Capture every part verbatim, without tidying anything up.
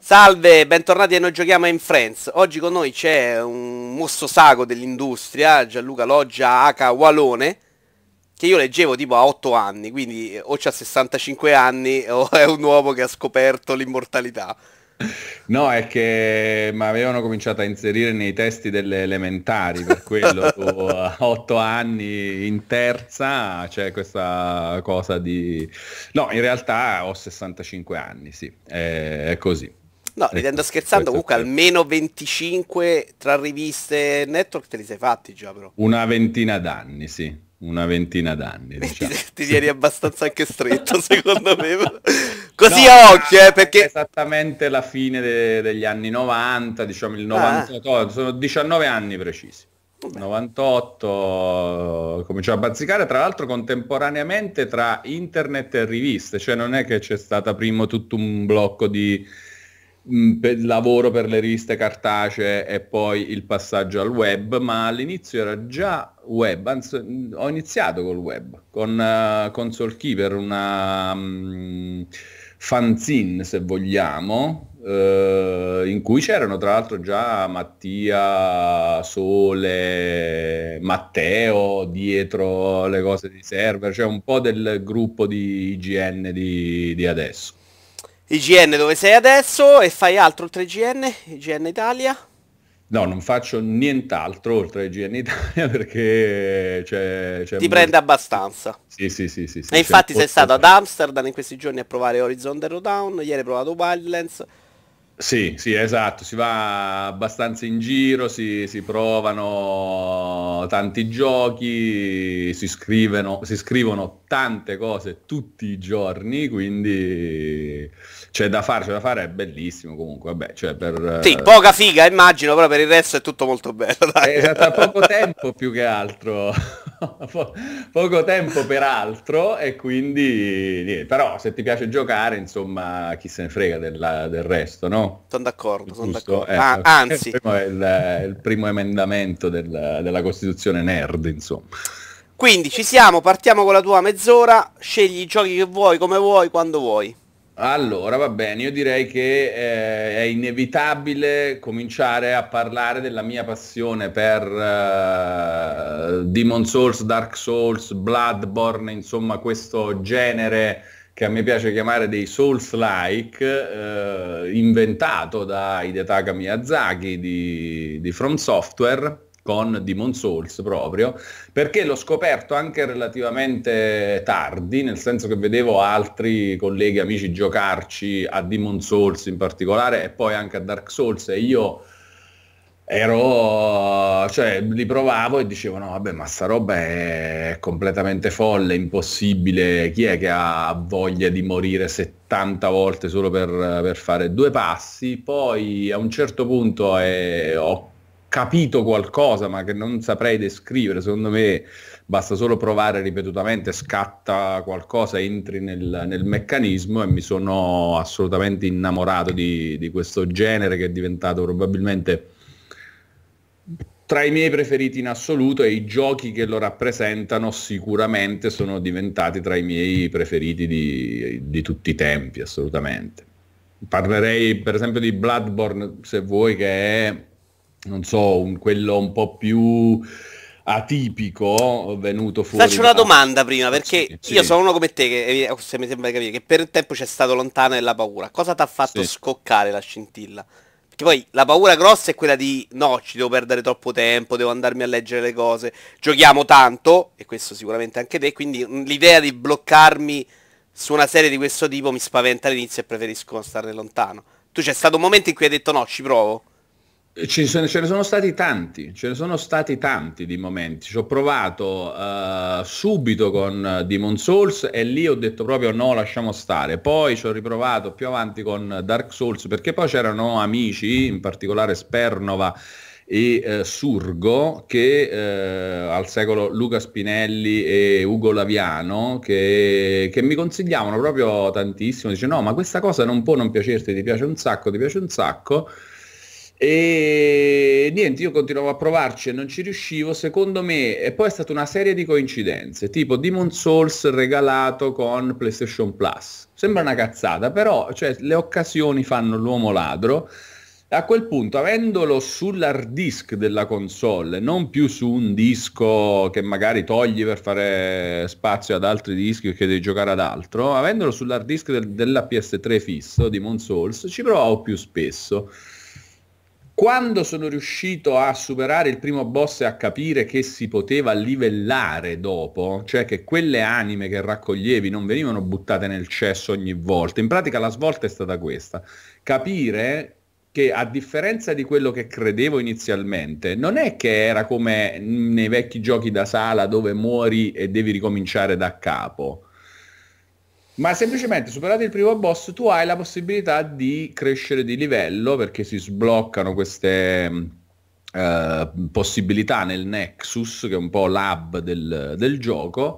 Salve, bentornati a Noi Giochiamo in Friends. Oggi con noi c'è un mostro sacro dell'industria, Gianluca Loggia aka Walone, che io leggevo tipo a otto anni, quindi o c'ha sessantacinque anni o è un uomo che ha scoperto l'immortalità. No, è che mi avevano cominciato a inserire nei testi delle elementari, per quello tu a otto anni in terza c'è questa cosa di... No, in realtà ho sessantacinque anni, sì, è, è così. No, È ridendo così, scherzando, questo è comunque vero. almeno venticinque tra riviste e network te li sei fatti già però. Una ventina d'anni, sì, una ventina d'anni, Ti, diciamo. ti tieni abbastanza anche stretto, secondo me. Così No, a era occhio, eh, perché... esattamente la fine de- degli anni novanta, diciamo il Ah, novantotto, sono diciannove anni precisi. vabbè. novantotto cominciò a bazzicare, tra l'altro contemporaneamente tra internet e riviste, cioè non è che c'è stata prima tutto un blocco di mh, per- lavoro per le riviste cartacee e poi il passaggio al web, ma all'inizio era già web, anzi mh, ho iniziato col web, con uh, Console Keeper, una mh, fanzine se vogliamo, eh, in cui c'erano tra l'altro già Mattia, Sole, Matteo dietro le cose di server, cioè un po' del gruppo di I G N di, di adesso. I G N dove sei adesso e fai altro oltre I G N? I G N Italia? No, non faccio nient'altro oltre a I G N Italia perché c'è, c'è Ti molto... prende abbastanza. Sì, sì, sì, sì, E sì, c'è infatti sei molto... stato ad Amsterdam in questi giorni a provare Horizon Zero Dawn, ieri hai provato Wildlands. Sì, sì, esatto, si va abbastanza in giro, si, si provano tanti giochi, si scrivono, si scrivono tante cose tutti i giorni, quindi c'è da fare, c'è da fare, è bellissimo comunque, vabbè, cioè per... Sì, eh, poca figa immagino, però per il resto è tutto molto bello, dai. è stato poco tempo più che altro, Po- poco tempo per altro e quindi niente. Però se ti piace giocare, insomma, chi se ne frega della- del resto, no? Sono d'accordo, sono Giusto? d'accordo. Eh, Ah, anzi, quello è il, è il primo emendamento del- della Costituzione nerd, insomma. quindi ci siamo, partiamo con la tua mezz'ora, scegli i giochi che vuoi, come vuoi, quando vuoi. Allora, va bene, io direi che eh, è inevitabile cominciare a parlare della mia passione per eh, Demon Souls, Dark Souls, Bloodborne, insomma questo genere che a me piace chiamare dei Souls-like, eh, inventato da Hidetaka Miyazaki di, di From Software con Demon Souls proprio perché l'ho scoperto anche relativamente tardi, nel senso che vedevo altri colleghi, amici giocarci a Demon Souls in particolare e poi anche a Dark Souls e io ero, cioè li provavo e dicevo no vabbè ma sta roba è completamente folle, impossibile, chi è che ha voglia di morire settanta volte solo per, per fare due passi? Poi a un certo punto eh, ho capito qualcosa ma che non saprei descrivere, secondo me basta solo provare ripetutamente, scatta qualcosa, entri nel, nel meccanismo e mi sono assolutamente innamorato di, di questo genere che è diventato probabilmente tra i miei preferiti in assoluto e i giochi che lo rappresentano sicuramente sono diventati tra i miei preferiti di, di tutti i tempi, assolutamente. Parlerei per esempio di Bloodborne, se vuoi, che è, non so, un- quello un po' più atipico, venuto Ti fuori faccio una da... domanda prima, Sì, perché io sì, sono uno come te, che eh, se mi sembra di capire, che per un tempo c'è stato lontano nella paura. Cosa ti ha fatto sì. scoccare la scintilla? Perché poi la paura grossa è quella di no, ci devo perdere troppo tempo, devo andarmi a leggere le cose. Giochiamo tanto, e questo sicuramente anche te, quindi mm, l'idea di bloccarmi su una serie di questo tipo mi spaventa all'inizio e preferisco starne lontano. Tu c'è stato un momento in cui hai detto no, ci provo. Ci sono- ce ne sono stati tanti, ce ne sono stati tanti di momenti. Ci ho provato eh, subito con eh, Demon Souls e lì ho detto proprio no, lasciamo stare. Poi ci ho riprovato più avanti con Dark Souls perché poi c'erano amici, in particolare Spernova e eh, Surgo, che eh, al secolo Luca Spinelli e Ugo Laviano, che, che mi consigliavano proprio tantissimo. Dice no, ma questa cosa non può non piacerti, ti piace un sacco, ti piace un sacco. E niente, io continuavo a provarci e non ci riuscivo, secondo me, e poi è stata una serie di coincidenze, tipo Demon's Souls regalato con PlayStation Plus. Sembra una cazzata, però cioè, le occasioni fanno l'uomo ladro. A quel punto, avendolo sull'hard disk della console, non più su un disco che magari togli per fare spazio ad altri dischi perché devi giocare ad altro, avendolo sull'hard disk del- della P S tre fisso, Demon's Souls, ci provavo più spesso. Quando sono riuscito a superare il primo boss e a capire che si poteva livellare dopo, cioè che quelle anime che raccoglievi non venivano buttate nel cesso ogni volta, in pratica la svolta è stata questa, capire che a differenza di quello che credevo inizialmente, non è che era come nei vecchi giochi da sala dove muori e devi ricominciare da capo. Ma semplicemente superato il primo boss tu hai la possibilità di crescere di livello perché si sbloccano queste mh, eh, possibilità nel Nexus, che è un po' l'hub del, del gioco,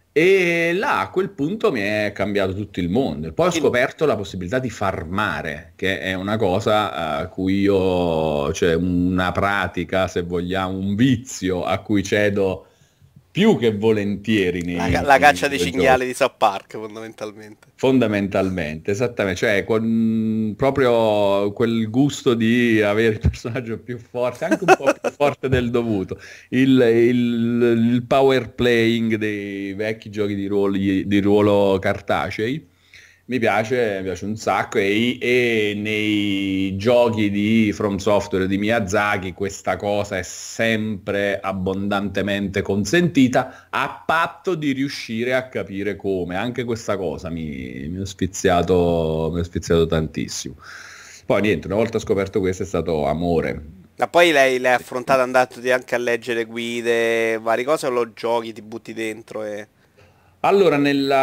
e là a quel punto mi è cambiato tutto il mondo. Poi ho Quindi- scoperto la possibilità di farmare, che è una cosa a cui io, cioè una pratica, se vogliamo, un vizio a cui cedo più che volentieri La, ca- nei, la nei caccia dei cinghiali videogiochi. di South Park, fondamentalmente. Fondamentalmente, esattamente, cioè con proprio quel gusto di avere il personaggio più forte, anche un po' più forte del dovuto, il, il- il power playing dei vecchi giochi di, ruoli- di ruolo cartacei, mi piace, mi piace un sacco e, e nei giochi di From Software di Miyazaki questa cosa è sempre abbondantemente consentita a patto di riuscire a capire come. Anche questa cosa mi, mi ha sfiziato, mi ha sfiziato tantissimo. Poi niente, una volta scoperto questo è stato amore. Ma poi lei l'hai affrontata andandoti anche a leggere guide, varie cose, o lo giochi, ti butti dentro e... Allora,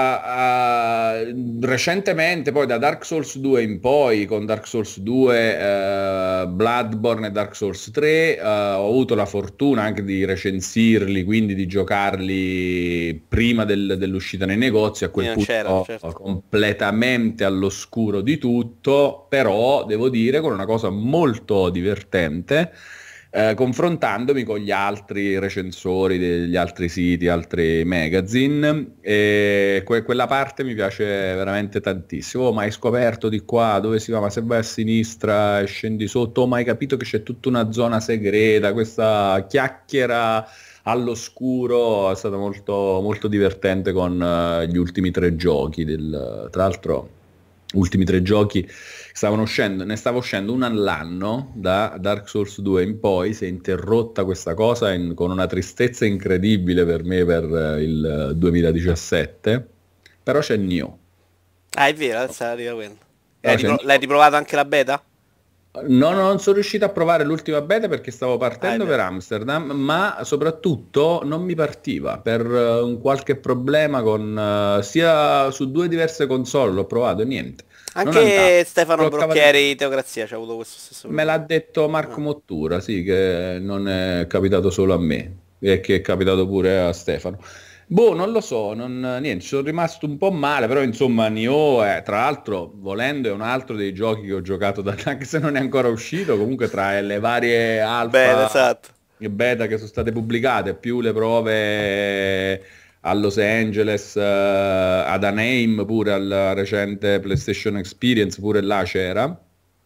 nella, eh, recentemente, poi da Dark Souls due in poi, con Dark Souls due, eh, Bloodborne e Dark Souls tre, eh, ho avuto la fortuna anche di recensirli, quindi di giocarli prima del- dell'uscita nei negozi, a Quindi quel non punto c'erano, certo. completamente all'oscuro di tutto, però devo dire con una cosa molto divertente eh, confrontandomi con gli altri recensori degli altri siti, altri magazine, e que- quella parte mi piace veramente tantissimo. Oh, ma hai scoperto di qua dove si va? Ma se vai a sinistra e scendi sotto, oh, ma hai capito che c'è tutta una zona segreta, questa chiacchiera all'oscuro è stata molto, molto divertente con eh, gli ultimi tre giochi del, tra l'altro ultimi tre giochi stavano uscendo, ne stava uscendo uno all'anno da Dark Souls due in poi, si è interrotta questa cosa in- con una tristezza incredibile per me per eh, il duemiladiciassette, però c'è Nioh. Ah, è vero, adesso arriva quello. L'hai Però c'è ripro- l'hai Nioh. riprovato anche la beta? No, no, non sono riuscito a provare l'ultima beta perché stavo Ah, è partendo per vero. Amsterdam, ma soprattutto non mi partiva per eh, un qualche problema con eh, sia su due diverse console, l'ho provato e niente, non andava. Anche Stefano Bloccava di- Brocchieri, Teocrazia, c'ha avuto questo stesso Me l'ha problema. detto Marco Ah. Mottura, sì, che non è capitato solo a me e che è capitato pure a Stefano. Boh, non lo so, non, niente, ci sono rimasto un po' male, però insomma Nioh è, tra l'altro, volendo, è un altro dei giochi che ho giocato, da, anche se non è ancora uscito, comunque tra le varie Bene, alfa esatto. e beta che sono state pubblicate, più le prove a Los Angeles, eh, ad Anaheim, pure al recente PlayStation Experience, pure là c'era.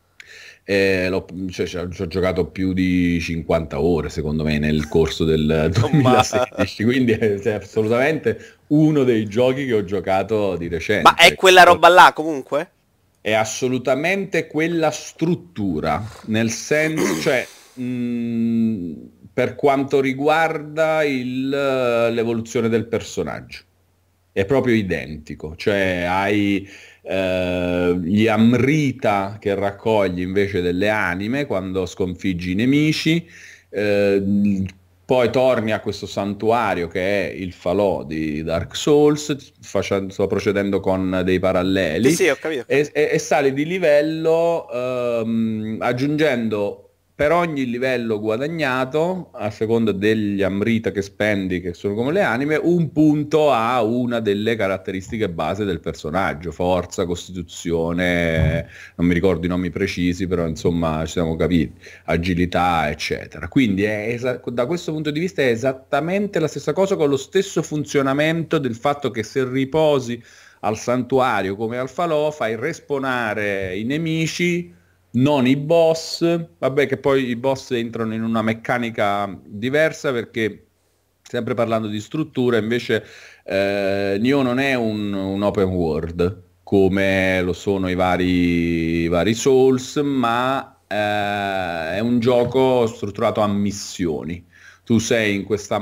E l'ho- cioè, ci ho ci ho giocato più di cinquanta ore secondo me nel corso del Ma... duemilasedici, quindi è, cioè, assolutamente uno dei giochi che ho giocato di Ma è recente. quella roba là, comunque? È assolutamente quella struttura, nel senso, cioè, mh, per quanto riguarda il- l'evoluzione del personaggio. È proprio identico, cioè hai eh, gli Amrita che raccogli invece delle anime quando sconfiggi i nemici, eh, poi torni a questo santuario che è il falò di Dark Souls, facendo- sto procedendo con dei Sì, paralleli, sì, ho capito, ho e, capito. e- e sali di livello ehm, aggiungendo per ogni livello guadagnato, a seconda degli Amrita che spendi, che sono come le anime, un punto a una delle caratteristiche base del personaggio, forza, costituzione, non mi ricordo i nomi precisi, però insomma ci siamo capiti, agilità, eccetera. Quindi è esa- da questo punto di vista è esattamente la stessa cosa, con lo stesso funzionamento del fatto che se riposi al santuario come al falò, fai respawnare i nemici, non i boss, vabbè che poi i boss entrano in una meccanica diversa perché, sempre parlando di struttura, invece eh, Nioh non è un, un open world come lo sono i vari, i vari Souls, ma eh, è un gioco strutturato a missioni. Tu sei in questa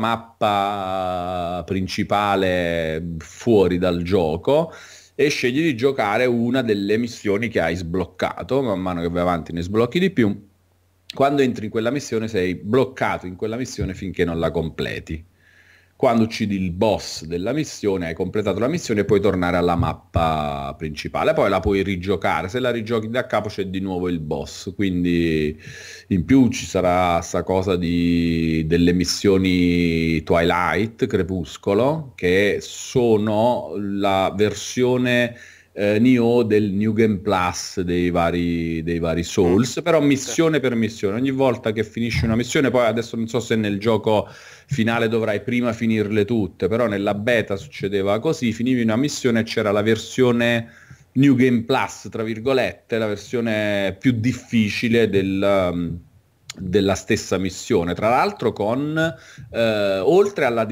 mappa principale fuori dal gioco e scegli di giocare una delle missioni che hai sbloccato, man mano che vai avanti ne sblocchi di più. Quando entri in quella missione sei bloccato in quella missione finché non la completi. Quando uccidi il boss della missione, hai completato la missione e puoi tornare alla mappa principale, poi la puoi rigiocare, se la rigiochi da capo c'è di nuovo il boss, quindi in più ci sarà sta cosa di, delle missioni Twilight, Crepuscolo, che sono la versione eh, Nioh del New Game Plus dei vari, dei vari Souls, mm. però missione per missione, ogni volta che finisci una missione, poi adesso non so se nel gioco finale dovrai prima finirle tutte, però nella beta succedeva così, finivi una missione e c'era la versione New Game Plus, tra virgolette, la versione più difficile del, della stessa missione, tra l'altro con, eh, oltre alla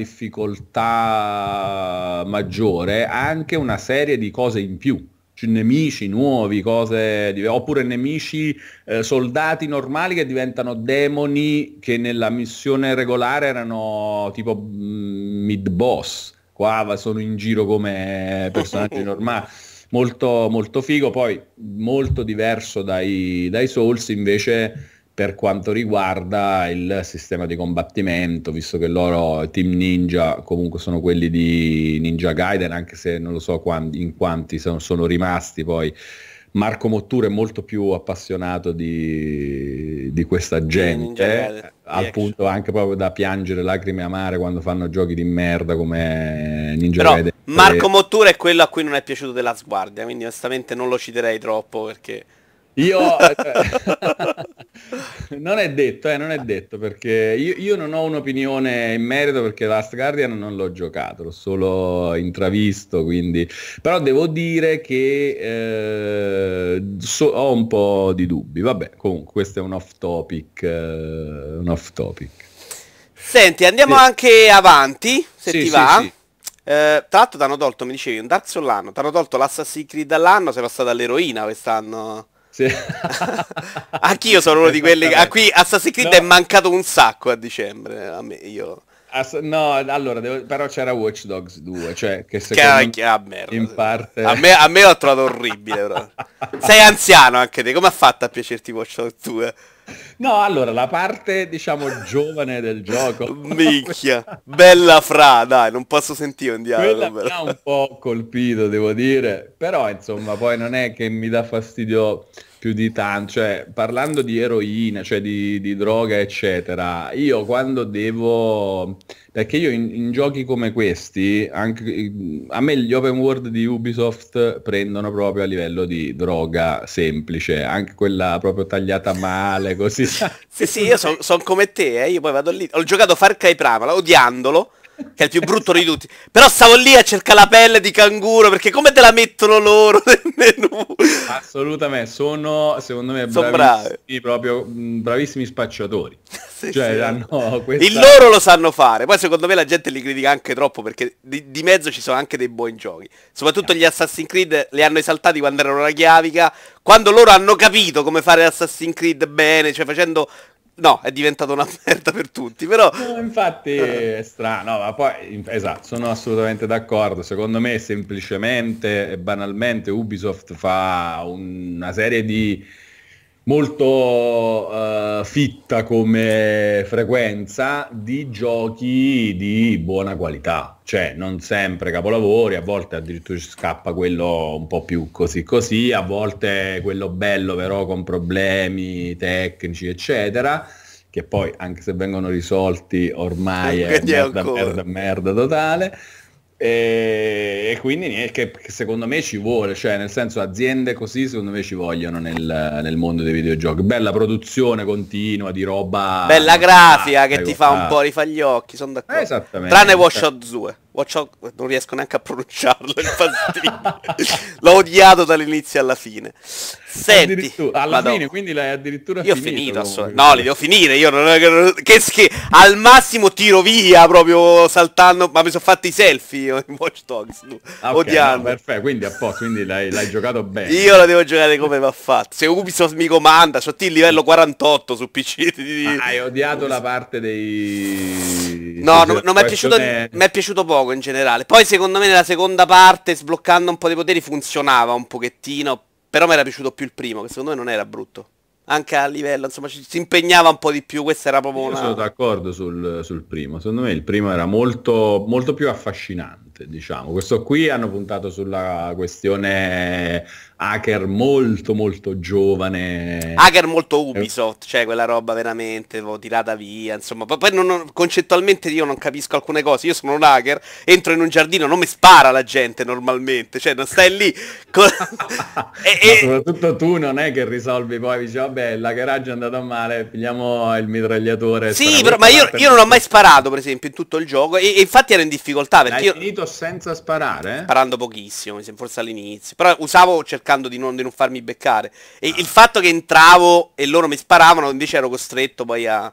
difficoltà maggiore, anche una serie di cose in più. Nemici nuovi, cose di... oppure nemici eh, soldati normali che diventano demoni che nella missione regolare erano tipo mm, mid boss, qua sono in giro come personaggi normali, molto, molto figo, poi molto diverso dai, dai Souls invece per quanto riguarda il sistema di combattimento, visto che loro, Team Ninja, comunque sono quelli di Ninja Gaiden, anche se non lo so quanti, in quanti sono, sono rimasti poi. Marco Mottura è molto più appassionato di, di questa gente, eh, al punto anche proprio da piangere lacrime amare quando fanno giochi di merda come Ninja Però, Gaiden. Marco Mottura è quello a cui non è piaciuto The Last Guardian, quindi onestamente non lo citerei troppo perché... Io non è detto, eh, non è detto perché io, io non ho un'opinione in merito perché Last Guardian non l'ho giocato, l'ho solo intravisto, quindi però devo dire che eh, so, ho un po' di dubbi. Vabbè, comunque questo è un off topic, eh, un off topic. Senti, andiamo sì. anche avanti, se sì, ti sì, va. Sì. Eh, tra l'altro ti hanno tolto, mi dicevi, un Dark Souls l'anno, ti hanno tolto l'Assassin's Creed all'anno, sei passato all'eroina quest'anno. Sì. Anch'io sono uno di quelli che a cui Assassin's Creed no. è mancato un sacco a dicembre. A me, io. Ass- no, allora, devo... però c'era Watch Dogs due, cioè che secondo che, che, ah, merda, in parte... A me, a me l'ho trovato orribile, però. Sei anziano anche te, come ha fatto a piacerti Watch Dogs due? No, allora, la parte, diciamo, giovane del gioco. Minchia, bella fra, dai, non posso sentire un dialogo. Quella mi ha un po' colpito, devo dire, però, insomma, poi non è che mi dà fastidio più di tanto, cioè, parlando di eroina, cioè di, di droga, eccetera, io quando devo... Perché io in, in giochi come questi, anche, a me gli open world di Ubisoft prendono proprio a livello di droga semplice, anche quella proprio tagliata male, così. Sì, sì, io sono son come te, eh. Io poi vado lì, ho giocato Far Cry Primal, odiandolo, che è il più brutto di tutti, però stavo lì a cercare la pelle di canguro, perché come te la mettono loro nel menù? Assolutamente, sono secondo me Son bravissimi, bravi. proprio mh, bravissimi spacciatori. Sì, cioè, sì. hanno questa... Il loro lo sanno fare, poi secondo me la gente li critica anche troppo perché di, di mezzo ci sono anche dei buoni giochi, soprattutto gli Assassin's Creed li hanno esaltati quando erano la chiavica, quando loro hanno capito come fare Assassin's Creed bene, cioè facendo... No, è diventata una merda per tutti, però... No, infatti è strano, no, ma poi, esatto, sono assolutamente d'accordo, secondo me semplicemente e banalmente Ubisoft fa una serie di molto uh, fitta come frequenza di giochi di buona qualità, cioè non sempre capolavori, a volte addirittura ci scappa quello un po' più così così, a volte quello bello però con problemi tecnici eccetera, che poi anche se vengono risolti ormai è merda, merda, merda totale. E, e quindi che, che secondo me ci vuole, cioè nel senso aziende così secondo me ci vogliono nel, nel mondo dei videogiochi, bella produzione continua di roba, bella grafica che ti fa un po' rifà gli occhi, sono d'accordo, esattamente, tranne Watch Dogs due. Watch Dogs non riesco neanche a pronunciarlo, il l'ho odiato dall'inizio alla fine. Senti, alla Madonna. fine quindi l'hai addirittura io finito, ho finito assolut- no, li devo finire, io non è che, che, che al massimo tiro via proprio saltando, ma mi sono fatti i selfie io in Watch Dogs, ah, okay, odiando. No, perfetto, quindi a posto, quindi l'hai, l'hai giocato bene. Io lo devo giocare come va fatto. Se Ubisoft mi comanda, c'ho il livello quarantotto su P C. Di... Ah, hai odiato la parte dei... No, non, non mi è piaciuto, mi è piaciuto poco in generale. Poi secondo me nella seconda parte, sbloccando un po' dei poteri, funzionava un pochettino. Però mi era piaciuto più il primo, che secondo me non era brutto. Anche a livello, insomma, ci, si impegnava un po' di più. Questa era proprio una... Io sono d'accordo sul, sul primo. Secondo me il primo era molto, molto più affascinante, diciamo. Questo qui hanno puntato sulla questione hacker molto molto giovane, hacker molto Ubisoft, cioè quella roba veramente oh, tirata via, insomma. Poi, poi non, non, concettualmente io non capisco alcune cose. Io sono un hacker, entro in un giardino, non mi spara la gente normalmente, cioè non stai lì con... e, e... soprattutto tu non è che risolvi poi, dici vabbè il hackeraggio è andato male, pigliamo il mitragliatore. Sì, però ma io, io non ho mai sparato per esempio in tutto il gioco e, e infatti ero in difficoltà perché L'hai io... finito senza sparare? Sparando pochissimo, forse all'inizio, però usavo cercando di non, di non farmi beccare. E ah. il fatto che entravo e loro mi sparavano, invece ero costretto poi a...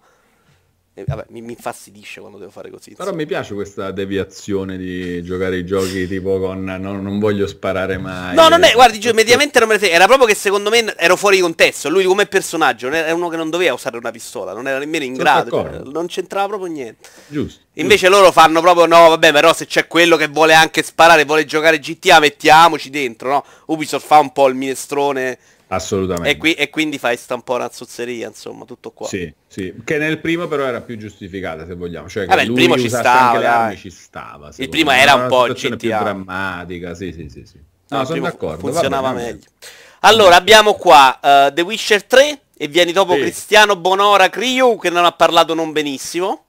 E, vabbè, mi, mi infastidisce quando devo fare così. Però insomma. Mi piace questa deviazione di giocare i giochi tipo con no, non voglio sparare mai. No, non è, guardi, cioè, mediamente non me ne frega. Era proprio che secondo me ero fuori contesto. Lui come personaggio era uno che non doveva usare una pistola, non era nemmeno in Sono grado, cioè, non c'entrava proprio niente. Giusto. Invece giusto. loro fanno proprio no, vabbè, però se c'è quello che vuole anche sparare, vuole giocare G T A, mettiamoci dentro, no? Ubisoft fa un po' il minestrone. Assolutamente. E, qui, e quindi fai sta un po' una zozzeria, insomma, tutto qua. Sì, sì. Che nel primo però era più giustificata, se vogliamo. Cioè che Vabbè, il lui primo ci stava, anche le armi ci stava. Il primo era un po' G T A. più drammatica, sì, sì, sì, sì. No, no sono d'accordo. Funzionava vabbè, meglio. Allora, abbiamo qua uh, The Witcher tre e vieni dopo sì. Cristiano Bonora Cryu, che non ha parlato non benissimo.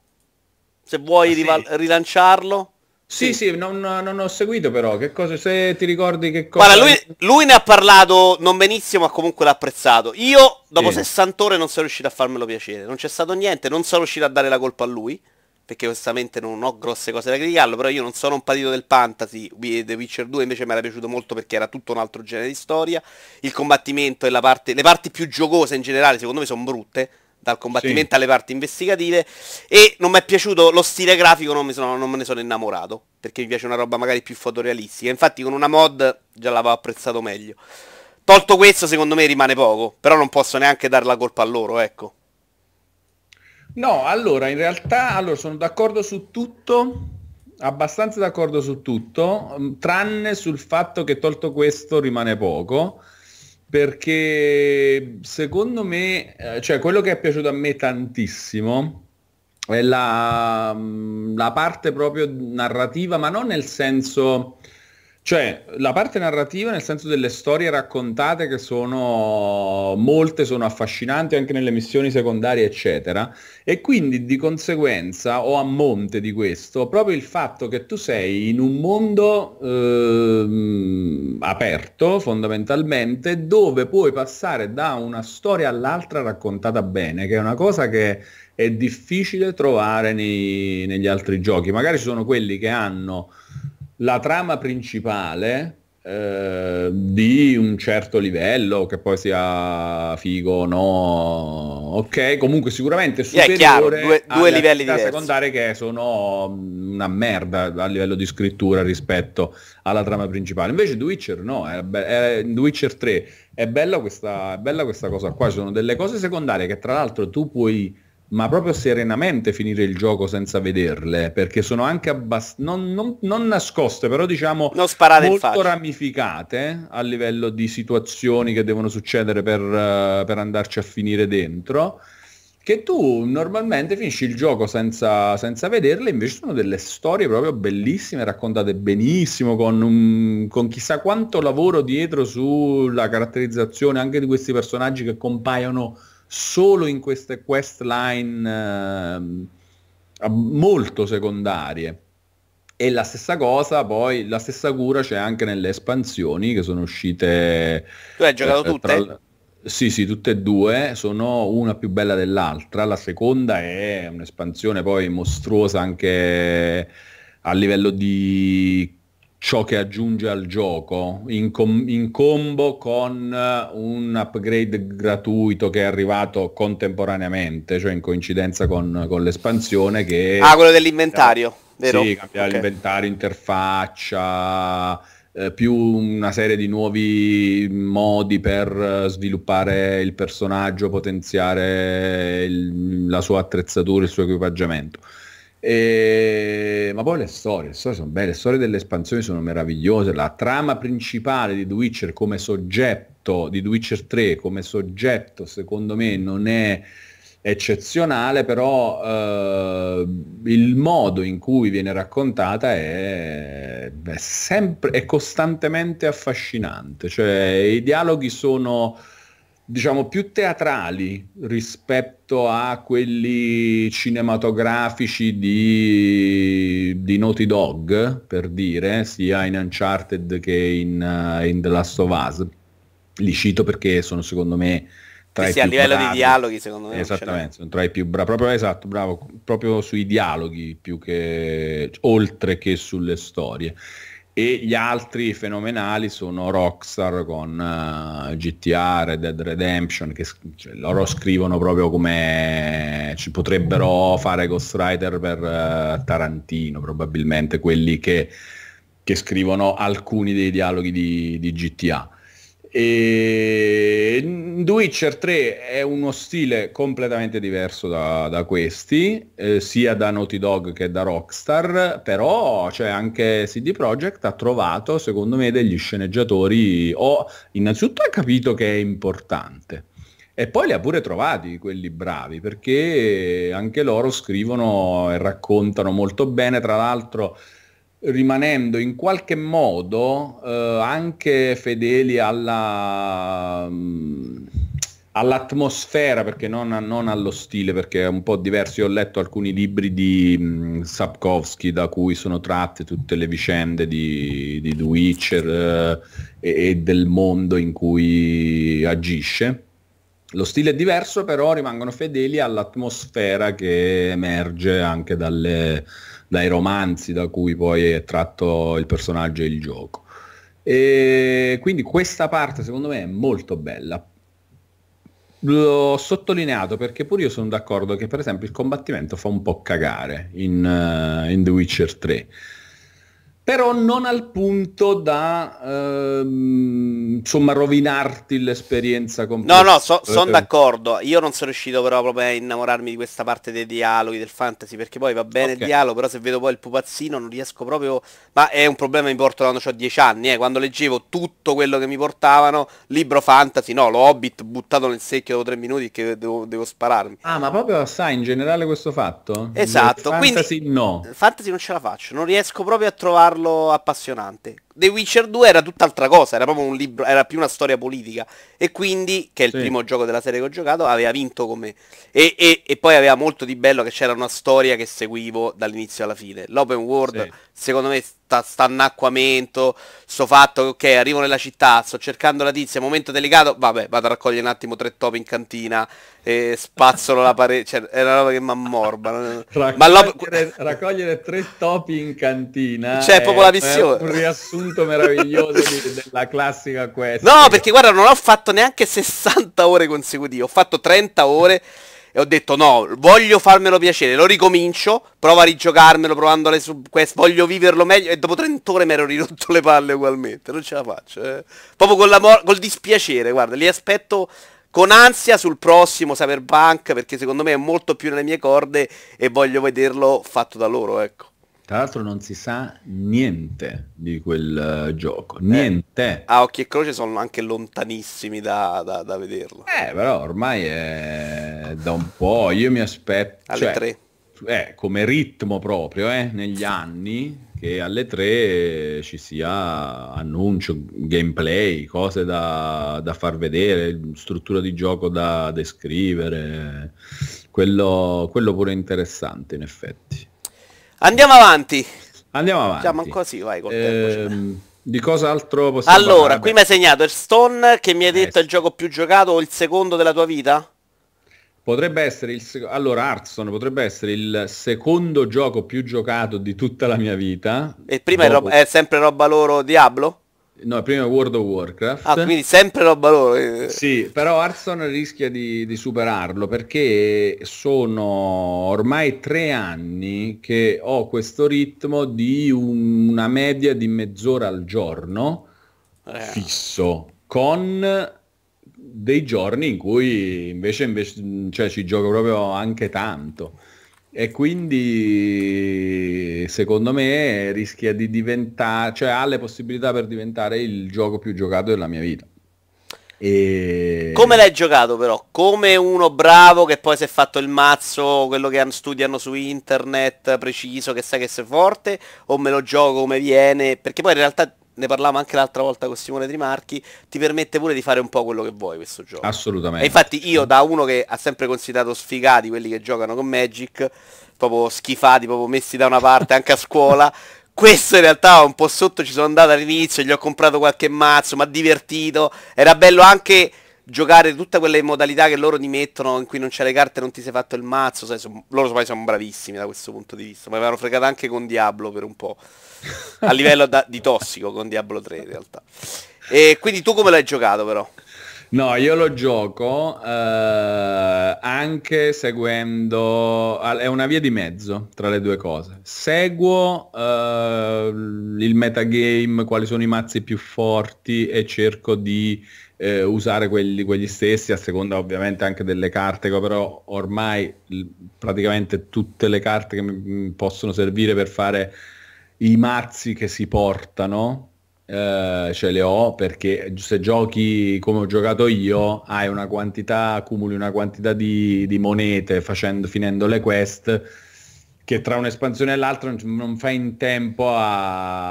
Se vuoi sì. rival- rilanciarlo. Sì, sì, sì non, non ho seguito però, che cosa, se ti ricordi che cosa... Guarda, lui, lui ne ha parlato non benissimo, ma comunque l'ha apprezzato. Io, dopo sì. sessanta ore, non sono riuscito a farmelo piacere. Non c'è stato niente, non sono riuscito a dare la colpa a lui, perché onestamente non ho grosse cose da criticarlo, però io non sono un patito del fantasy. The Witcher due invece mi era piaciuto molto perché era tutto un altro genere di storia. Il combattimento e la parte, le parti più giocose in generale, secondo me, sono brutte. Dal combattimento sì. alle parti investigative. E non mi è piaciuto lo stile grafico, non, mi sono, non me ne sono innamorato, perché mi piace una roba magari più fotorealistica. Infatti con una mod già l'avevo apprezzato meglio. Tolto questo secondo me rimane poco, però non posso neanche dare la colpa a loro, ecco. No, allora in realtà allora, sono d'accordo su tutto, abbastanza d'accordo su tutto, tranne sul fatto che tolto questo rimane poco. Perché secondo me, cioè quello che è piaciuto a me tantissimo è la, la parte proprio narrativa, ma non nel senso, cioè la parte narrativa nel senso delle storie raccontate che sono molte, sono affascinanti anche nelle missioni secondarie eccetera, e quindi di conseguenza o a monte di questo proprio il fatto che tu sei in un mondo eh, aperto fondamentalmente, dove puoi passare da una storia all'altra raccontata bene, che è una cosa che è difficile trovare nei, negli altri giochi. Magari ci sono quelli che hanno la trama principale eh, di un certo livello, che poi sia figo o no, ok, comunque sicuramente superiore, yeah, chiaro, due, due livelli diversi, secondarie che sono una merda a livello di scrittura rispetto alla trama principale. Invece The Witcher no, è be- è, The Witcher tre è bella questa, è bella questa cosa qua, ci sono delle cose secondarie che tra l'altro tu puoi ma proprio serenamente finire il gioco senza vederle, perché sono anche abbast- non, non- non nascoste, però diciamo Non sparate in molto faccia. ramificate a livello di situazioni che devono succedere per, eh, per andarci a finire dentro, che tu normalmente finisci il gioco senza, senza vederle, invece sono delle storie proprio bellissime, raccontate benissimo, con, un- con chissà quanto lavoro dietro sulla caratterizzazione anche di questi personaggi che compaiono solo in queste quest line ehm, a- molto secondarie. E la stessa cosa, poi la stessa cura c'è anche nelle espansioni che sono uscite Tu hai giocato eh, tra... tutte? l- Sì, sì, tutte e due sono una più bella dell'altra. La seconda è un'espansione poi mostruosa anche a livello di ciò che aggiunge al gioco, in, com- in combo con eh, un upgrade gratuito che è arrivato contemporaneamente, cioè in coincidenza con, con l'espansione Ah, che quello cambiava- dell'inventario, vero? sì, cambiare Ok. l'inventario, interfaccia, eh, più una serie di nuovi modi per eh, sviluppare il personaggio, potenziare il- la sua attrezzatura, il suo equipaggiamento. E- Ma poi le storie, le storie sono belle, le storie delle espansioni sono meravigliose, la trama principale di The Witcher come soggetto, di The Witcher tre come soggetto, secondo me non è eccezionale, però eh, il modo in cui viene raccontata è, è sempre, è costantemente affascinante, cioè i dialoghi sono diciamo più teatrali rispetto a quelli cinematografici di, di Naughty Dog, per dire, sia in Uncharted che in, uh, in The Last of Us. Li cito perché sono secondo me Sì, tra i sì, a più livello di bravi. dialoghi secondo me non ce n'è. Esattamente, sono tra i più bravi, proprio esatto, bravo, proprio sui dialoghi più che oltre che sulle storie. E gli altri fenomenali sono Rockstar con eh, G T A, Red Dead Redemption, che s- cioè, loro scrivono proprio come ci potrebbero fare Ghostwriter per eh, Tarantino, probabilmente quelli che, che scrivono alcuni dei dialoghi di, di G T A. E The Witcher tre è uno stile completamente diverso da, da questi, eh, sia da Naughty Dog che da Rockstar, però cioè, anche C D Projekt ha trovato, secondo me, degli sceneggiatori, o innanzitutto ha capito che è importante, e poi li ha pure trovati quelli bravi, perché anche loro scrivono e raccontano molto bene, tra l'altro rimanendo in qualche modo eh, anche fedeli alla, mm, all'atmosfera, perché non, non allo stile, perché è un po' diverso. Io ho letto alcuni libri di mh, Sapkowski da cui sono tratte tutte le vicende di, di The Witcher eh, e, e del mondo in cui agisce. Lo stile è diverso, però rimangono fedeli all'atmosfera che emerge anche dalle, dai romanzi da cui poi è tratto il personaggio e il gioco. E quindi questa parte secondo me è molto bella. L'ho sottolineato perché pure io sono d'accordo che per esempio il combattimento fa un po' cagare in, eh, in The Witcher tre. Però non al punto da ehm, insomma rovinarti l'esperienza No, no, complessiva. sono d'accordo. Io non sono riuscito però proprio a innamorarmi di questa parte dei dialoghi, del fantasy, perché poi va bene il Ok. dialogo, però se vedo poi il pupazzino non riesco proprio... Ma è un problema che mi porto da quando ho dieci anni, eh, quando leggevo tutto quello che mi portavano, libro fantasy, no, lo Hobbit buttato nel secchio dopo tre minuti che devo, devo spararmi. Ah, ma proprio sai in generale questo fatto? Del Esatto, quindi fantasy no. eh, Fantasy non ce la faccio, non riesco proprio a trovarlo appassionante. The Witcher due era tutt'altra cosa, era proprio un libro, era più una storia politica e quindi, che è il Sì, primo gioco della serie che ho giocato, aveva vinto come... E, e- e poi aveva molto di bello che c'era una storia che seguivo dall'inizio alla fine. L'open world, sì. secondo me, sta, sta annacquamento, sto fatto che, ok, arrivo nella città, sto cercando la tizia, momento delicato, vabbè, vado a raccogliere un attimo tre topi in cantina, e spazzolo la parete, cioè, è una roba che mi ammorba. Ma l'open... Raccogliere, raccogliere tre topi in cantina Cioè, proprio è, la è missione. un riassunto meraviglioso di- della classica No, quest. perché guarda, non ho fatto neanche sessanta ore consecutive, ho fatto trenta ore e ho detto no, voglio farmelo piacere, lo ricomincio, provo a rigiocarmelo provando le subquest, voglio viverlo meglio e dopo trenta ore mi ero ridotto le palle ugualmente, non ce la faccio. Eh. Proprio con la mor- col dispiacere, guarda, li aspetto con ansia sul prossimo Cyberpunk, perché secondo me è molto più nelle mie corde e voglio vederlo fatto da loro, ecco. Tra l'altro non si sa niente di quel uh, gioco, Eh, niente. a occhi e croce sono anche lontanissimi da, da, da vederlo. Eh, però ormai è da un po', io mi aspetto, Alle cioè, tre. eh, come ritmo proprio, eh, negli anni, che alle tre ci sia annuncio, gameplay, cose da, da far vedere, struttura di gioco da descrivere, quello, quello pure interessante in effetti. Andiamo avanti. Andiamo Siamo avanti. ancora sì, vai col tempo. ce n'è. Ehm, di cosa altro possiamo Allora, parlare? qui Beh, mi hai segnato Hearthstone, che mi hai eh, detto è il gioco più giocato o il secondo della tua vita? potrebbe essere il sec- allora Hearthstone potrebbe essere il secondo gioco più giocato di tutta la mia vita, E prima è, rob- dopo è sempre roba loro Diablo? no, prima World of Ah, Warcraft. quindi sempre roba loro. eh. Sì, però Hearthstone rischia di, di superarlo perché sono ormai tre anni che ho questo ritmo di un- una media di mezz'ora al giorno Eh, fisso, con dei giorni in cui invece, invece cioè, ci gioco proprio anche tanto. E quindi secondo me rischia di diventare, cioè ha le possibilità per diventare il gioco più giocato della mia vita. Come E l'hai giocato però? Come uno bravo che poi si è fatto il mazzo, quello che han- studiano su internet, preciso, che sai che sei forte, o me lo gioco come viene? Perché poi in realtà ne parlavamo anche l'altra volta con Simone Trimarchi, ti permette pure di fare un po' quello che vuoi questo gioco. E assolutamente. infatti io da uno che ha sempre considerato sfigati quelli che giocano con Magic, proprio schifati, proprio messi da una parte anche a scuola, questo in realtà un po' sotto ci sono andato all'inizio, gli ho comprato qualche mazzo, mi ha divertito, era bello anche giocare tutte quelle modalità che loro ti mettono in cui non c'è le carte e non ti sei fatto il mazzo, sai, son- loro poi sono bravissimi da questo punto di vista, mi avevano fregato anche con Diablo per un po', a livello da- di tossico con Diablo tre in realtà. E quindi tu come l'hai giocato però? No, io lo gioco eh, anche seguendo, è una via di mezzo tra le due cose. Seguo eh, il metagame, quali sono i mazzi più forti e cerco di eh, usare quelli, quegli stessi, a seconda ovviamente anche delle carte, che però ormai l- praticamente tutte le carte che mi mi possono servire per fare i mazzi che si portano eh, ce le ho perché se giochi come ho giocato io, hai una quantità, accumuli una quantità di, di monete facendo, finendo le quest che tra un'espansione e l'altra non, non fai in tempo a,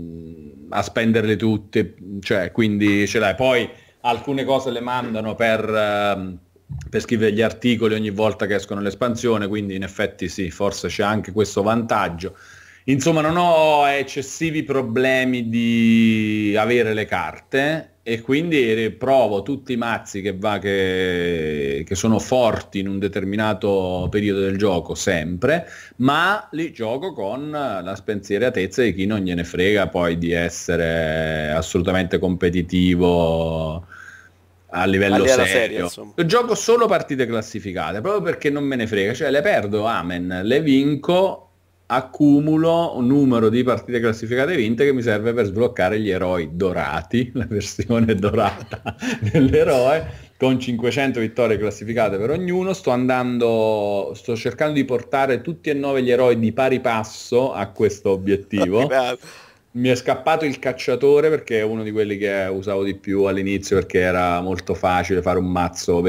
a spenderle tutte, cioè quindi ce l'hai. Poi alcune cose le mandano per, ehm, per scrivere gli articoli ogni volta che escono l'espansione, quindi in effetti sì, forse c'è anche questo vantaggio. Insomma, non ho eccessivi problemi di avere le carte e quindi provo tutti i mazzi che, va, che, che sono forti in un determinato periodo del gioco sempre, ma li gioco con la spensieratezza di chi non gliene frega poi di essere assolutamente competitivo a A livello livello serio serio. insomma. Io gioco solo partite classificate, proprio perché non me ne frega, cioè le perdo, amen, le vinco, accumulo un numero di partite classificate vinte che mi serve per sbloccare gli eroi dorati, la versione dorata dell'eroe, con cinquecento vittorie classificate per ognuno. Sto andando, sto cercando di portare tutti e nove gli eroi di pari passo a questo obiettivo. Mi è scappato il cacciatore perché è uno di quelli che usavo di più all'inizio perché era molto facile fare un mazzo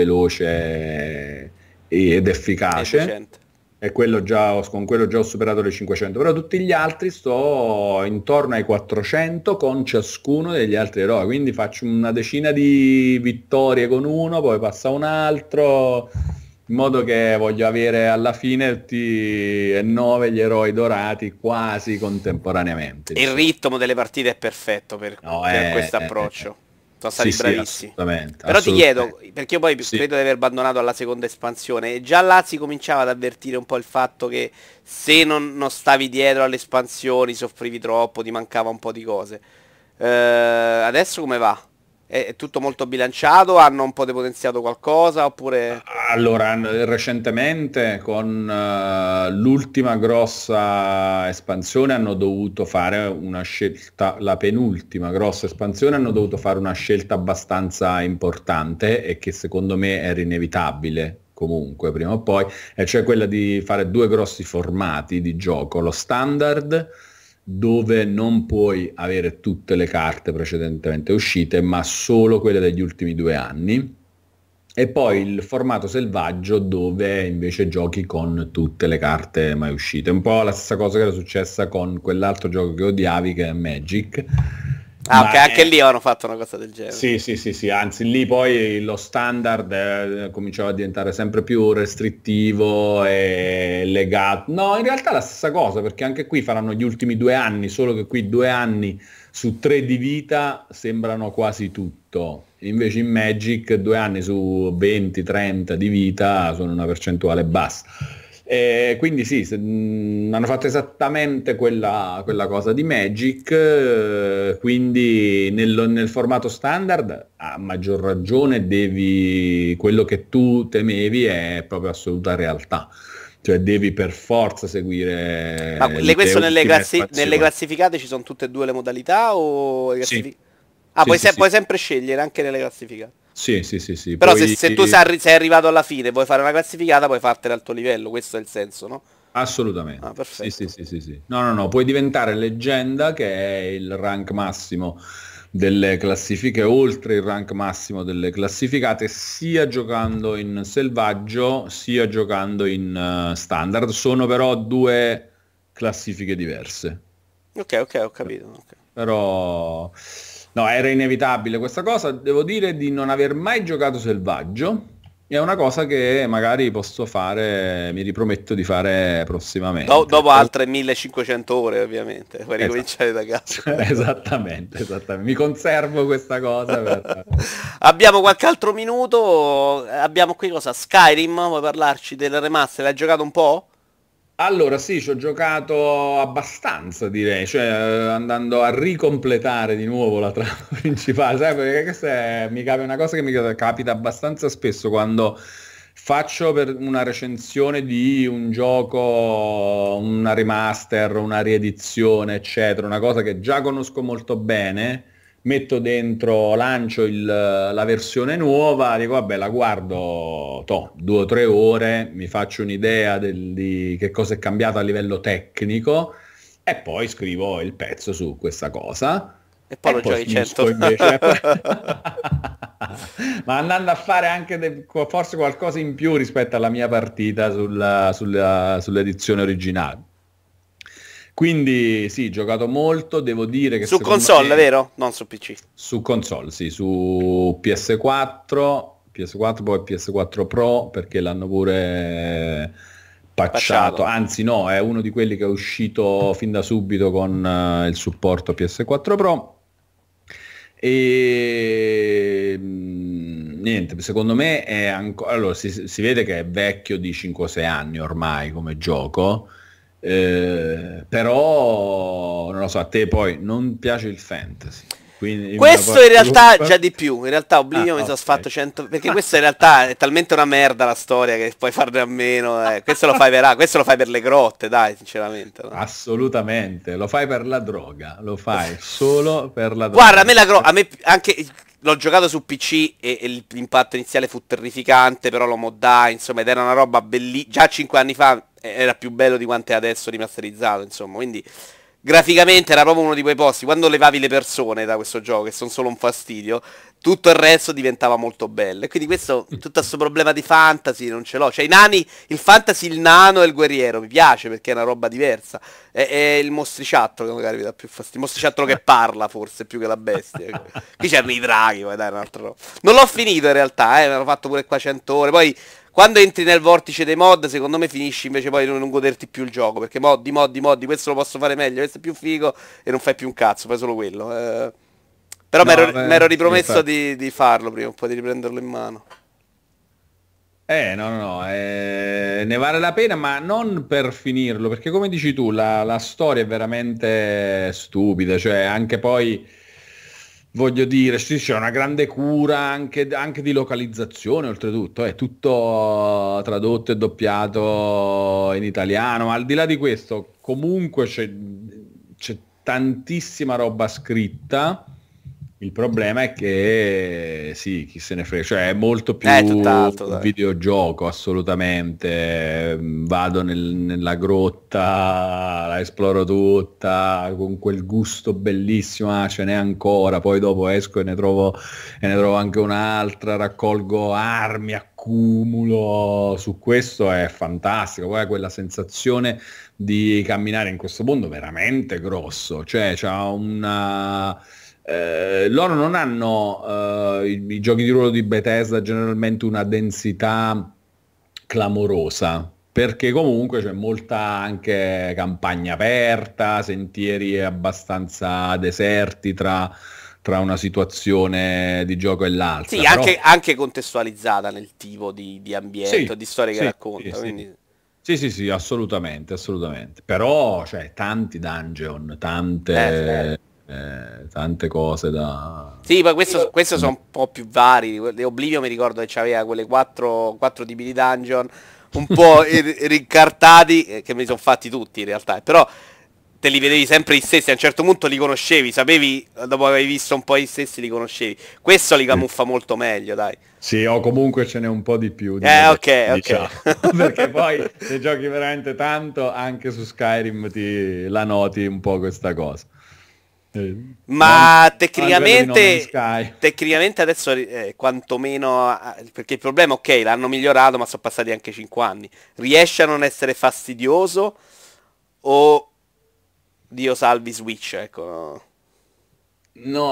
veloce ed È efficace decente. e quello già, ho- con quello già ho superato le cinquecento, però tutti gli altri sto intorno ai quattrocento con ciascuno degli altri eroi, quindi faccio una decina di vittorie con uno, poi passa un altro, in modo che voglio avere alla fine tutti e nove gli eroi dorati quasi contemporaneamente, E il insomma. ritmo delle partite è perfetto per, No, per è... questo è- approccio. Sono Sì, stati sì, bravissimi. assolutamente, Però ti chiedo, assolutamente. perché io poi Sì. credo di aver abbandonato alla seconda espansione, e già là si cominciava ad avvertire un po' il fatto che se non, non stavi dietro alle espansioni, soffrivi troppo, ti mancava un po' di cose. Eh, adesso come va? È, è tutto molto bilanciato? Hanno un po' depotenziato qualcosa? Oppure... Allora, n- recentemente con eh, l'ultima grossa espansione hanno dovuto fare una scelta, la penultima grossa espansione hanno dovuto fare una scelta abbastanza importante e che secondo me era inevitabile comunque prima o poi, e cioè quella di fare due grossi formati di gioco, lo standard dove non puoi avere tutte le carte precedentemente uscite, ma solo quelle degli ultimi due anni. E poi il formato selvaggio dove invece giochi con tutte le carte mai uscite. Un po' la stessa cosa che era successa con quell'altro gioco che odiavi, che è Magic. Ah, ok, Ma anche è... lì avevano fatto una cosa del genere. Sì, sì, sì, sì, anzi lì poi lo standard eh, cominciava a diventare sempre più restrittivo e legato. No, in realtà è la stessa cosa, perché anche qui faranno gli ultimi due anni, solo che qui due anni su tre di vita sembrano quasi tutto. Invece in Magic due anni su venti trenta di vita sono una percentuale bassa. E quindi sì, se, mh, hanno fatto esattamente quella, quella cosa di Magic, eh, quindi nel, nel formato standard a maggior ragione devi, quello che tu temevi è proprio assoluta realtà, cioè devi per forza seguire Ma le, le questo nelle, ultime classi- nelle espansioni. classificate ci sono tutte e due le modalità o... le Sì, classifi- Ah, sì, puoi, sì, se- sì, puoi sempre scegliere anche nelle classificate. sì, sì, sì, sì. Però se, Poi se tu sei, arri- sei arrivato alla fine e vuoi fare una classificata, puoi fartela al tuo livello, questo è il senso, no? Ah, assolutamente, sì, sì, perfetto. sì, sì, sì. No, no, no, puoi diventare leggenda, che è il rank massimo delle classifiche, oltre il rank massimo delle classificate, sia giocando in selvaggio, sia giocando in eh, standard. Sono però due classifiche diverse. Ok, ok, ho capito. Ok. Però no, era inevitabile questa cosa. Devo dire di non aver mai giocato selvaggio. È una cosa che magari posso fare, mi riprometto di fare Do- prossimamente. dopo altre millecinquecento ore, ovviamente, puoi Esatto. ricominciare da capo. Esattamente, esattamente. Mi conservo questa cosa per... Abbiamo qualche altro minuto. Abbiamo qui cosa? Skyrim, vuoi parlarci del remaster? L'hai giocato un po'? Allora sì, ci ho giocato abbastanza, direi, cioè eh, andando a ricompletare di nuovo la trama principale, sai, perché questa è, mi capita una cosa che mi capita abbastanza spesso quando faccio per una recensione di un gioco, una remaster, una riedizione, eccetera, una cosa che già conosco molto bene, metto dentro, lancio il- la versione nuova, dico vabbè la guardo toh, due o tre ore, mi faccio un'idea del- di che cosa è cambiato a livello tecnico e poi scrivo il pezzo su questa cosa E poi e lo poi giochi cento. finisco invece. Ma andando a fare anche de- forse qualcosa in più rispetto alla mia partita sulla- sulla- sull'edizione originale. Quindi sì, giocato molto, devo dire che Su secondo console, me vero? Non su P C. su console, sì, su P S quattro, P S quattro poi P S quattro Pro perché l'hanno pure patchato, Patchato. anzi no, è uno di quelli che è uscito fin da subito con eh, il supporto P S quattro Pro e mm, niente, secondo me è ancora, allora si, si vede che è vecchio di cinque sei anni ormai come gioco, eh, però non lo so, a te poi non piace il fantasy, quindi me la Questo in porto realtà comunque. già di più, in realtà Ah, Oblivion mi sono ok. sfatto cento... Perché questa in realtà è talmente una merda la storia che puoi farne a meno. Eh. Questo lo fai per... ah, questo lo fai per le grotte, dai, sinceramente. No? Assolutamente, lo fai per la droga, lo fai solo per la Guarda, a droga. me la gro... a me anche... L'ho giocato su P C e, e l'impatto iniziale fu terrificante, però lo moddai, insomma, ed era una roba bellissima. Già cinque anni fa era più bello di quanto è adesso rimasterizzato, insomma, quindi... Graficamente era proprio uno di quei posti, quando levavi le persone da questo gioco, che sono solo un fastidio, tutto il resto diventava molto bello. E quindi questo, tutto questo problema di fantasy non ce l'ho. Cioè i nani, il fantasy, il nano e il guerriero, mi piace perché è una roba diversa. È, è il mostriciattolo che magari mi dà più fastidio. Il mostriciattolo che parla forse più che la bestia. Qui c'erano i draghi, poi dai, è un'altra roba. Non l'ho finito in realtà, eh, me l'ho fatto pure qua cento ore, poi... Quando entri nel vortice dei mod, secondo me finisci invece poi di non goderti più il gioco. Perché moddi, moddi, moddi, questo lo posso fare meglio, questo è più figo e non fai più un cazzo, fai solo quello. Eh, però mi No, ero beh, sì, ripromesso infatti. di, di farlo prima un po', di riprenderlo in mano. Eh, no, no, no, eh, ne vale la pena, ma non per finirlo, perché come dici tu, la, la storia è veramente stupida, cioè anche poi Voglio dire, sì, c'è una grande cura anche, anche di localizzazione, oltretutto, è tutto tradotto e doppiato in italiano, ma al di là di questo, comunque c'è, c'è tantissima roba scritta. Il problema è che sì, chi se ne frega, cioè è molto Eh, più tutt'altro, dai. videogioco, assolutamente. Vado nel- nella grotta, la esploro tutta con quel gusto bellissimo, ah, ce n'è ancora, poi dopo esco e ne trovo, e ne trovo anche un'altra, raccolgo armi, accumulo, su questo è fantastico, poi hai quella sensazione di camminare in questo mondo veramente grosso, cioè c'ha una eh, loro non hanno, eh, i, i giochi di ruolo di Bethesda generalmente una densità clamorosa, perché comunque c'è molta anche campagna aperta, sentieri abbastanza deserti tra, tra una situazione di gioco e l'altra, Sì, però anche, anche contestualizzata nel tipo di, di ambiente o sì, di storia che sì, sì, racconta, sì. quindi... Sì, sì, sì, assolutamente, assolutamente. Però, cioè, tanti dungeon, Eh, sì. tante, eh, tante cose da... Sì, poi questo, questo sono un po' più vari. Le Oblivion mi ricordo che aveva quelle quattro, quattro tipi di dungeon un po' ri- rincartati, eh, che me li sono fatti tutti in realtà. Però te li vedevi sempre gli stessi, a un certo punto li conoscevi, sapevi, dopo avevi visto un po' gli stessi, li conoscevi. Questo li Sì. camuffa molto meglio, dai. Sì, o comunque ce n'è un po' di più di Eh, ok, modelli, ok. diciamo, perché poi se giochi veramente tanto, anche su Skyrim ti la noti un po' questa cosa. Eh, non, Ma non a livello di No Man's tecnicamente, Sky. tecnicamente adesso eh, quantomeno, eh, perché il problema ok, l'hanno migliorato, ma sono passati anche cinque anni. Riesce a non essere fastidioso o Dio salvi Switch, ecco. No? No,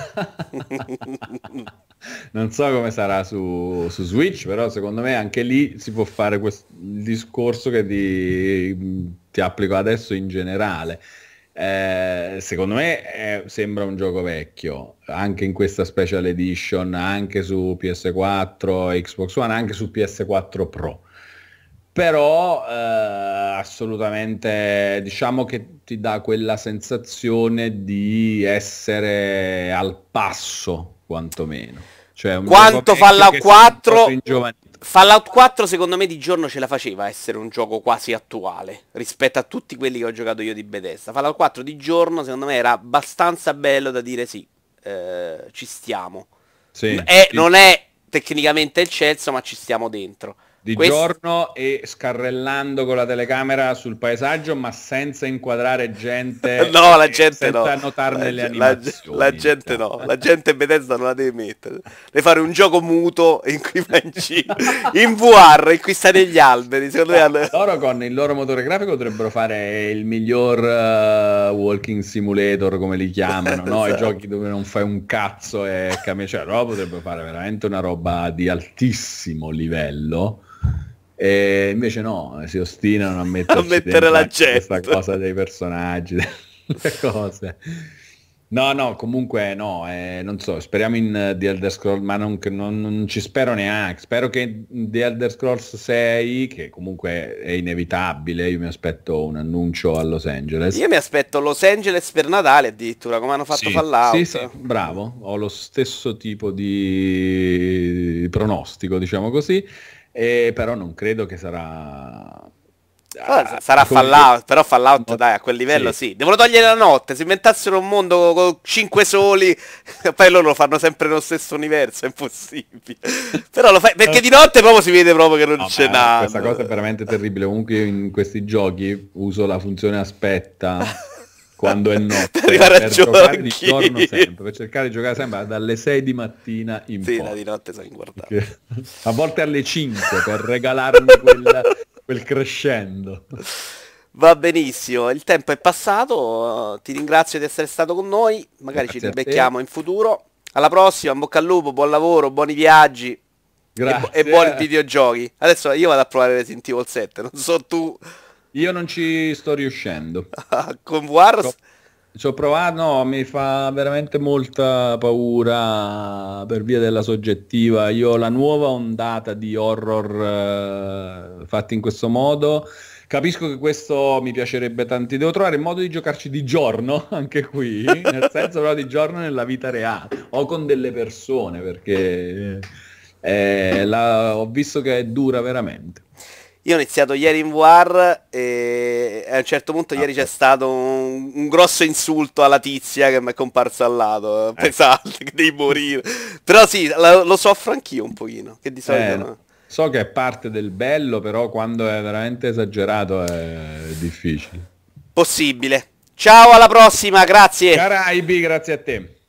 non so come sarà su, su Switch, però secondo me anche lì si può fare questo il discorso che ti, ti applico adesso in generale. Eh, secondo me è- sembra un gioco vecchio, anche in questa special edition, anche su P S quattro, Xbox One, anche su P S quattro Pro. Però eh, assolutamente diciamo che ti dà quella sensazione di essere al passo, quantomeno. Cioè un gioco Quanto vecchio Fallout che si è un po' quattro... ringiovanito. Fallout quattro secondo me di giorno ce la faceva a essere un gioco quasi attuale rispetto a tutti quelli che ho giocato io di Bethesda. Fallout quattro di giorno secondo me era abbastanza bello da dire sì, eh, ci stiamo. N- Sì, è- sì, non è tecnicamente eccelso, ma ci stiamo dentro. di Questo... giorno e scarrellando con la telecamera sul paesaggio, ma senza inquadrare gente No, la e gente no. senza notarne La, le ge- la ge- la animazioni, gente diciamo. no. La gente Bethesda non la deve mettere. Deve fare un gioco muto in cui va in giro. In V R, in cui sta negli alberi. Secondo me... No, hanno- loro con il loro motore grafico dovrebbero fare il miglior eh, walking simulator, come li chiamano, no? I Esatto. giochi dove non fai un cazzo e cammini, cioè loro potrebbero fare veramente una roba di altissimo livello. E invece no, si ostinano a A metterci mettere dentro la anche questa gente. cosa dei personaggi, delle cose. No, no, comunque no, eh, non so, speriamo in eh, The Elder Scrolls, ma non, che- non- non ci spero neanche, spero che in The Elder Scrolls sei, che comunque è inevitabile, io mi aspetto un annuncio a Los Angeles. Io mi aspetto Los Angeles per Natale addirittura, come hanno fatto Sì, sì, sì, Fallout. bravo, ho lo stesso tipo di pronostico, diciamo così, e però non credo che sarà... Allora, sa- ah, sarà come dire, Fallout, però Fallout no- dai, a quel livello sì. sì. Devono togliere la notte, se inventassero un mondo con cinque soli, e poi loro lo fanno sempre nello stesso universo, è impossibile. Però lo fai, perché di notte proprio si vede proprio che non No, c'è ma questa nada. cosa è veramente terribile. Comunque io in questi giochi uso la funzione aspetta quando è Per notte arrivare a per giocare di giochi. giorno sempre, per cercare di giocare sempre dalle sei di mattina in Sì, la di poi. notte sono inguardabili. Perché a volte alle cinque per regalarmi quel, quel crescendo. Va benissimo, il tempo è passato, ti ringrazio di essere stato con noi, magari ci Grazie a te, ribecchiamo in futuro. Alla prossima, in bocca al lupo, buon lavoro, buoni viaggi e, bu- e buoni grazie. videogiochi. Adesso io vado a provare Resident Evil sette, non so tu Io non ci sto riuscendo. con V R. Ci ho ci ho provato, no, mi fa veramente molta paura per via della soggettiva. Io la nuova ondata di horror eh, fatti in questo modo, Capisco che questo mi piacerebbe tanti. Devo trovare il modo di giocarci di giorno, anche qui, nel senso però di giorno nella vita reale, o con delle persone, perché eh, la- ho visto che è dura veramente. Io ho iniziato ieri in V R e a un certo punto Ah, ieri c'è stato un, un grosso insulto alla tizia che mi è comparsa al lato, ecco. pesante, che devi morire. Però sì, la- lo soffro anch'io un pochino, che di solito Eh, no. so che è parte del bello, però quando è veramente esagerato è difficile. Possibile. Ciao, alla prossima, grazie. Caraibi, grazie a te.